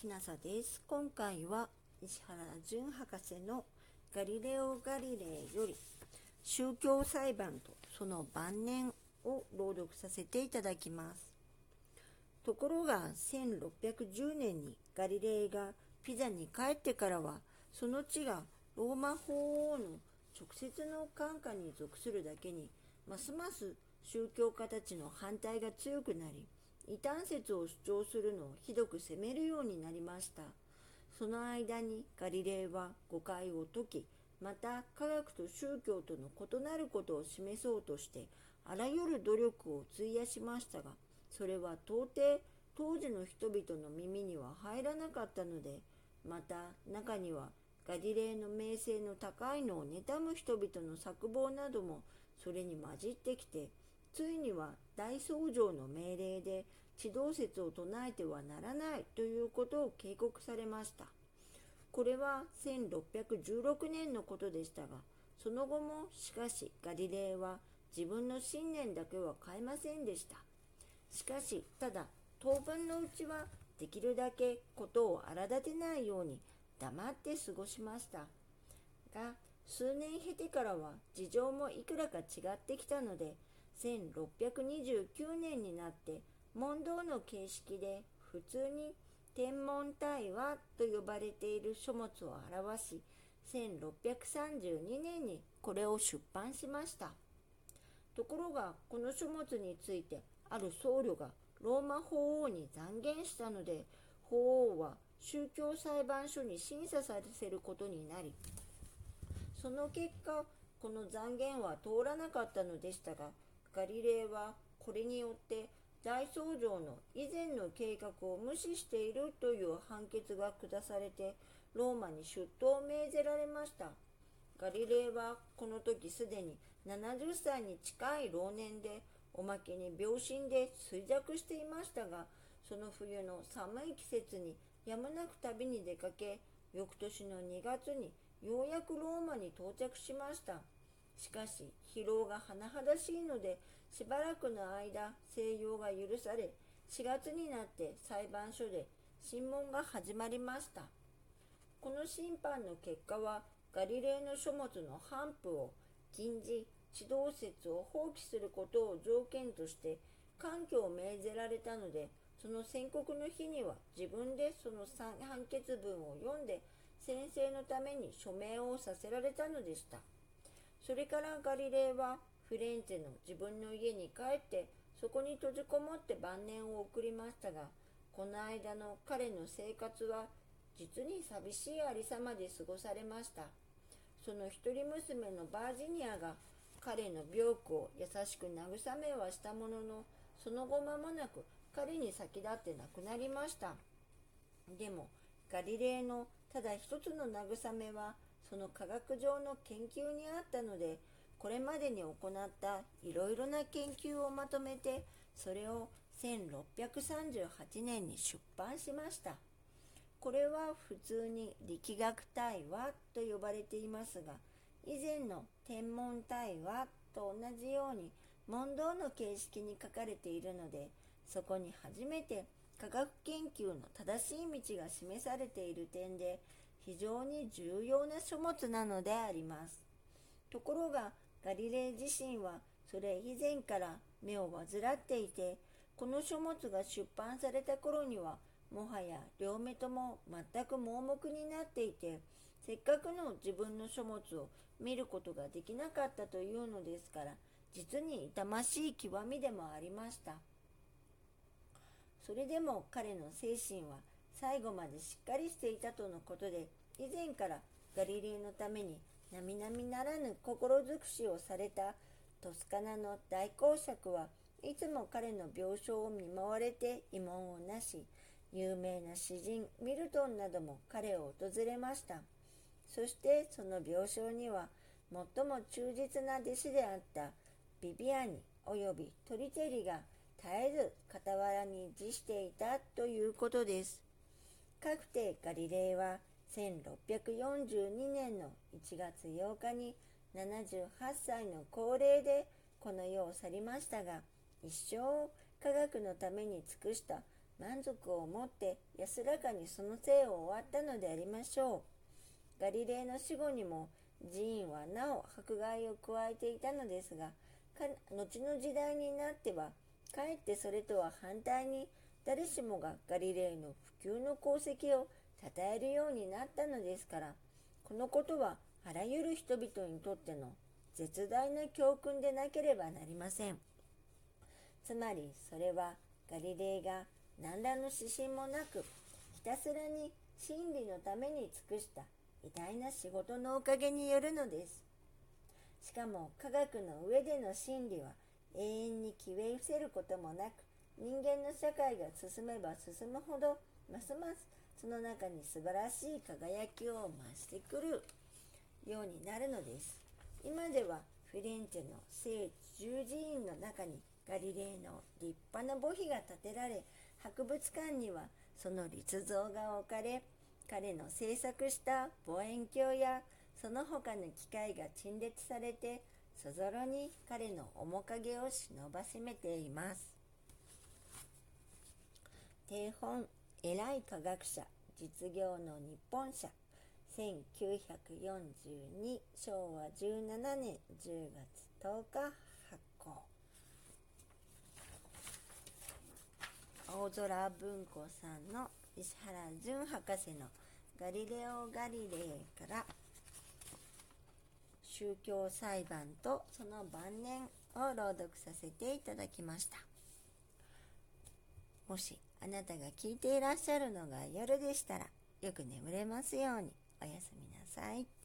きなさです。今回は石原淳博士のガリレオ・ガリレイより宗教裁判とその晩年を朗読させていただきます。ところが1610年にガリレイがピザに帰ってからは、その地がローマ法王の直接の管下に属するだけに、ますます宗教家たちの反対が強くなり、異端説を主張するのをひどく責めるようになりました。その間にガリレイは誤解を解き、また科学と宗教との異なることを示そうとしてあらゆる努力を費やしましたが、それは到底当時の人々の耳には入らなかったので、また中にはガリレイの名声の高いのを妬む人々の策謀などもそれに混じってきて、ついには大僧正の命令で地動説を唱えてはならないということを警告されました。これは1616年のことでしたが、その後もしかしガリレイは自分の信念だけは変えませんでした。しかしただ当分のうちはできるだけことを荒立てないように黙って過ごしましたが、数年経てからは事情もいくらか違ってきたので、1629年になって問答の形式で普通に天文対話と呼ばれている書物を表し、1632年にこれを出版しました。ところがこの書物についてある僧侶がローマ法王に讒言したので、法王は宗教裁判所に審査させることになり、その結果この讒言は通らなかったのでしたが、ガリレイはこれによって大僧正の以前の計画を無視しているという判決が下されて、ローマに出頭を命ぜられました。ガリレイはこの時すでに70歳に近い老年で、おまけに病身で衰弱していましたが、その冬の寒い季節にやむなく旅に出かけ、翌年の2月にようやくローマに到着しました。しかし疲労が甚だしいので、しばらくの間静養が許され、4月になって裁判所で審問が始まりました。この審判の結果は、ガリレイの書物の反布を禁じ、地動説を放棄することを条件として官居を命ぜられたので、その宣告の日には自分でその判決文を読んで宣誓のために署名をさせられたのでした。それからガリレイはフィレンツェの自分の家に帰って、そこに閉じこもって晩年を送りましたが、この間の彼の生活は実に寂しいありさまで過ごされました。その一人娘のバージニアが彼の病苦を優しく慰めはしたものの、その後間もなく彼に先立って亡くなりました。でもガリレイのただ一つの慰めはその科学上の研究にあったので、これまでに行ったいろいろな研究をまとめて、それを1638年に出版しました。これは普通に力学対話と呼ばれていますが、以前の天文対話と同じように問答の形式に書かれているので、そこに初めて科学研究の正しい道が示されている点で非常に重要な書物なのであります。ところがガリレイ自身はそれ以前から目を患っていて、この書物が出版された頃にはもはや両目とも全く盲目になっていて、せっかくの自分の書物を見ることができなかったというのですから、実に痛ましい極みでもありました。それでも彼の精神は最後までしっかりしていたとのことで、以前からガリレイのために並々ならぬ心尽くしをされたトスカナの大公爵はいつも彼の病床を見舞われて慰問をなし、有名な詩人ミルトンなども彼を訪れました。そしてその病床には最も忠実な弟子であったビビアニおよびトリテリが絶えず傍らに位置していたということです。かくてガリレイは1642年の1月8日に78歳の高齢でこの世を去りましたが、一生科学のために尽くした満足を持って安らかにその生を終わったのでありましょう。ガリレイの死後にも寺院はなお迫害を加えていたのですが、後の時代になってはかえってそれとは反対に誰しもがガリレイの普及の功績を称えるようになったのですから、このことはあらゆる人々にとっての絶大な教訓でなければなりません。つまりそれはガリレイが何らの指針もなくひたすらに真理のために尽くした偉大な仕事のおかげによるのです。しかも科学の上での真理は永遠に消え失せることもなく、人間の社会が進めば進むほどますますその中に素晴らしい輝きを増してくるようになるのです。今ではフィレンツェの聖十字院の中にガリレイの立派な墓碑が建てられ、博物館にはその立像が置かれ、彼の制作した望遠鏡やその他の機械が陳列されて、そぞろに彼の面影を忍ばしめています。定本偉い科学者実業の日本社、1942昭和17年10月10日発行。青空文庫さんの石原淳博士のガリレオ・ガリレイから宗教裁判とその晩年を朗読させていただきました。もしあなたが聞いていらっしゃるのが夜でしたら、よく眠れますように。おやすみなさい。